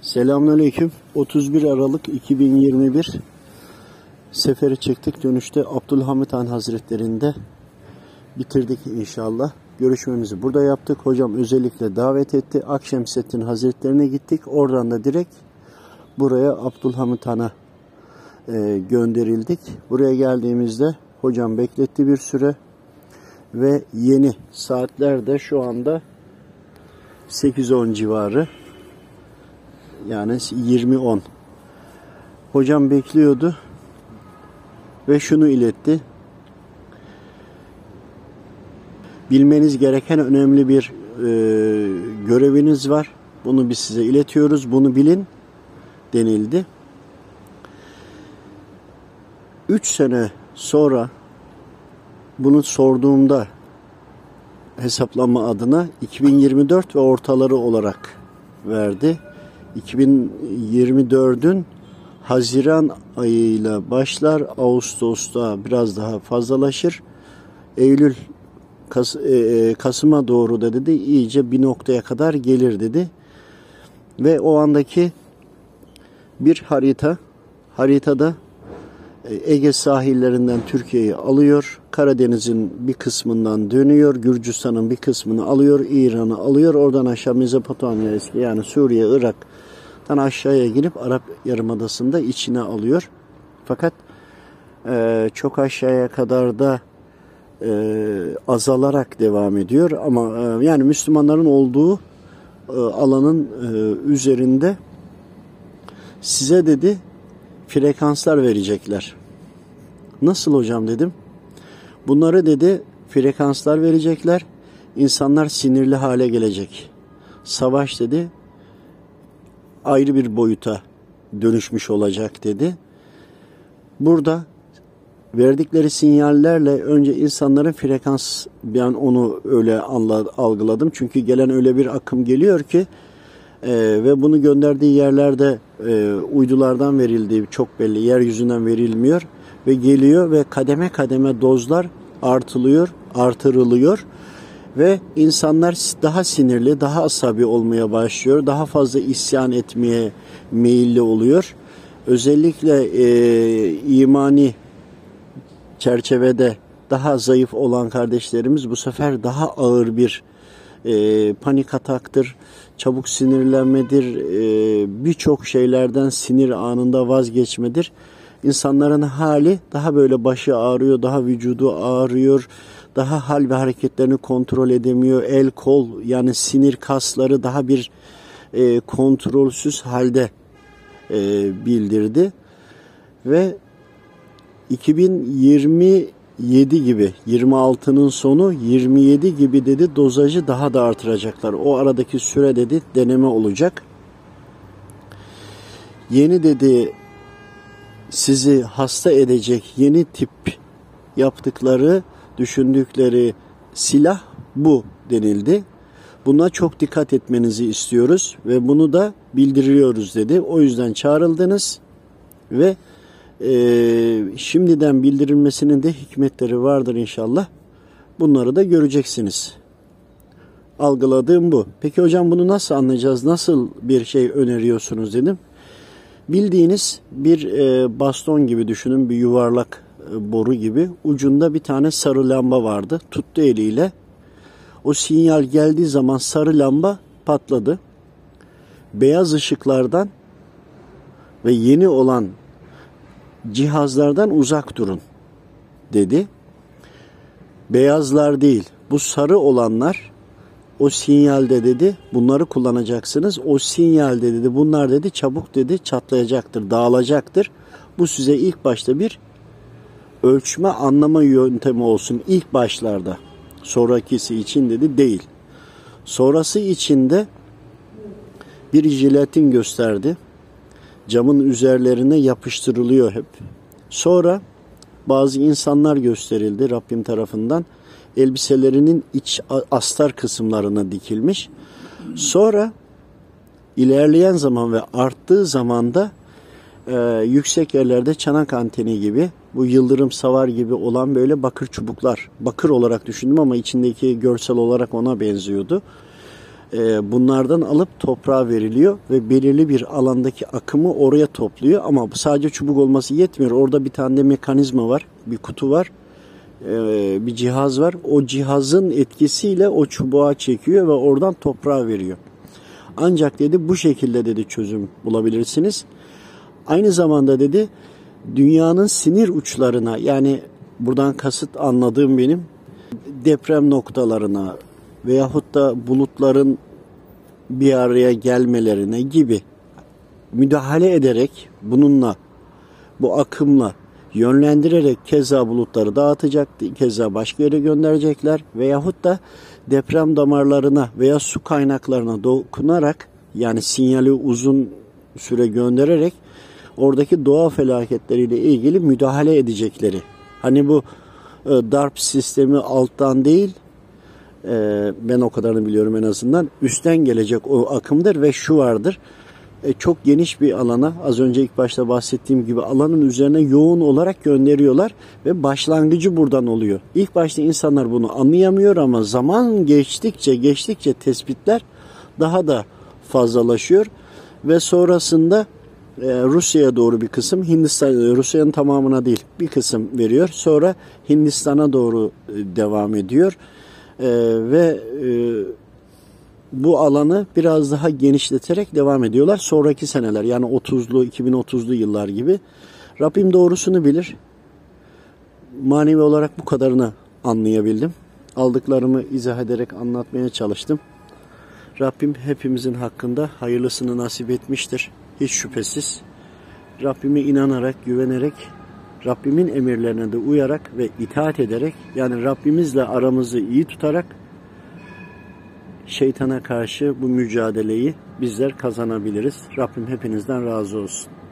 Selamünaleyküm. 31 Aralık 2021 seferi çıktık. Dönüşte Abdülhamit Han Hazretleri'nde bitirdik inşallah. Görüşmemizi burada yaptık. Hocam özellikle davet etti. Akşemseddin Hazretlerine gittik. Oradan da direkt buraya Abdülhamit Han'a gönderildik. Buraya geldiğimizde hocam bekletti bir süre ve yeni saatlerde şu anda 8-10 civarı. Yani 20-10. Hocam bekliyordu ve şunu iletti. Bilmeniz gereken önemli bir göreviniz var. Bunu biz size iletiyoruz. Bunu bilin denildi. 3 sene sonra bunu sorduğumda hesaplama adına 2024 ve ortaları olarak verdi. 2024'ün Haziran ayıyla başlar, Ağustos'ta biraz daha fazlalaşır. Eylül, Kasım'a doğru da dedi, iyice bir noktaya kadar gelir dedi. Ve o andaki bir haritada Ege sahillerinden Türkiye'yi alıyor, Karadeniz'in bir kısmından dönüyor, Gürcistan'ın bir kısmını alıyor, İran'ı alıyor, oradan aşağı Mezopotamya eski yani Suriye, Irak'tan aşağıya gelip Arap Yarımadası'nda içine alıyor. Fakat çok aşağıya kadar da azalarak devam ediyor ama yani Müslümanların olduğu alanın üzerinde size dedi frekanslar verecekler. Nasıl hocam dedim. Bunları dedi frekanslar verecekler. İnsanlar sinirli hale gelecek. Savaş dedi ayrı bir boyuta dönüşmüş olacak dedi. Burada verdikleri sinyallerle önce insanların frekans, ben onu öyle algıladım. Çünkü gelen öyle bir akım geliyor ki ve bunu gönderdiği yerlerde uydulardan verildiği çok belli, yeryüzünden verilmiyor ve geliyor ve kademe kademe dozlar artırılıyor ve insanlar daha sinirli, daha asabi olmaya başlıyor, daha fazla isyan etmeye meyilli oluyor. Özellikle imani çerçevede daha zayıf olan kardeşlerimiz bu sefer daha ağır bir panik ataktır, çabuk sinirlenmedir, birçok şeylerden sinir anında vazgeçmedir. İnsanların hali daha böyle başı ağrıyor, daha vücudu ağrıyor, daha hal ve hareketlerini kontrol edemiyor, el kol yani sinir kasları daha bir kontrolsüz halde bildirdi. Ve 2027 gibi 26'nın sonu 27 gibi dedi dozajı daha da artıracaklar. O aradaki süre dedi deneme olacak. Yeni dedi sizi hasta edecek yeni tip yaptıkları, düşündükleri silah bu denildi. Buna çok dikkat etmenizi istiyoruz ve bunu da bildiriyoruz dedi. O yüzden çağrıldınız ve şimdiden bildirilmesinin de hikmetleri vardır inşallah. Bunları da göreceksiniz. Algıladığım bu. Peki hocam bunu nasıl anlayacağız? Nasıl bir şey öneriyorsunuz dedim. Bildiğiniz bir baston gibi düşünün, bir yuvarlak boru gibi. Ucunda bir tane sarı lamba vardı. Tuttu eliyle. O sinyal geldiği zaman sarı lamba patladı. Beyaz ışıklardan ve yeni olan cihazlardan uzak durun dedi. Beyazlar değil, bu sarı olanlar o sinyalde dedi bunları kullanacaksınız. O sinyalde dedi bunlar dedi çabuk dedi çatlayacaktır, dağılacaktır. Bu size ilk başta bir ölçme anlama yöntemi olsun ilk başlarda. Sonrakisi için dedi değil. Sonrası için de bir jelatin gösterdi. Camın üzerlerine yapıştırılıyor hep. Sonra bazı insanlar gösterildi Rabbim tarafından. Elbiselerinin iç astar kısımlarına dikilmiş. Sonra ilerleyen zaman ve arttığı zaman da yüksek yerlerde çanak anteni gibi, bu yıldırım savar gibi olan böyle bakır çubuklar. Bakır olarak düşündüm ama içindeki görsel olarak ona benziyordu. bunlardan alıp toprağa veriliyor ve belirli bir alandaki akımı oraya topluyor. Ama sadece çubuk olması yetmiyor. Orada bir tane de mekanizma var, bir kutu var, bir cihaz var. O cihazın etkisiyle o çubuğa çekiyor ve oradan toprağa veriyor. Ancak dedi bu şekilde dedi çözüm bulabilirsiniz. Aynı zamanda dedi dünyanın sinir uçlarına, yani buradan kasıt anladığım benim deprem noktalarına veyahut da bulutların bir araya gelmelerine gibi müdahale ederek bununla, bu akımla yönlendirerek keza bulutları dağıtacak, keza başka yere gönderecekler veyahut da deprem damarlarına veya su kaynaklarına dokunarak, yani sinyali uzun süre göndererek oradaki doğa felaketleriyle ilgili müdahale edecekleri. Hani bu DARP sistemi alttan değil, ben o kadarını biliyorum en azından, üstten gelecek o akımdır ve şu vardır. Çok geniş bir alana, az önce ilk başta bahsettiğim gibi alanın üzerine yoğun olarak gönderiyorlar ve başlangıcı buradan oluyor. İlk başta insanlar bunu anlayamıyor ama zaman geçtikçe tespitler daha da fazlalaşıyor ve sonrasında Rusya'ya doğru bir kısım, Rusya'nın tamamına değil bir kısım veriyor. Sonra Hindistan'a doğru devam ediyor ve bu alanı biraz daha genişleterek devam ediyorlar. Sonraki seneler, yani 2030'lu yıllar gibi. Rabbim doğrusunu bilir. Manevi olarak bu kadarını anlayabildim. Aldıklarımı izah ederek anlatmaya çalıştım. Rabbim hepimizin hakkında hayırlısını nasip etmiştir. Hiç şüphesiz. Rabbime inanarak, güvenerek, Rabbimin emirlerine de uyarak ve itaat ederek, yani Rabbimizle aramızı iyi tutarak şeytana karşı bu mücadeleyi bizler kazanabiliriz. Rabbim hepinizden razı olsun.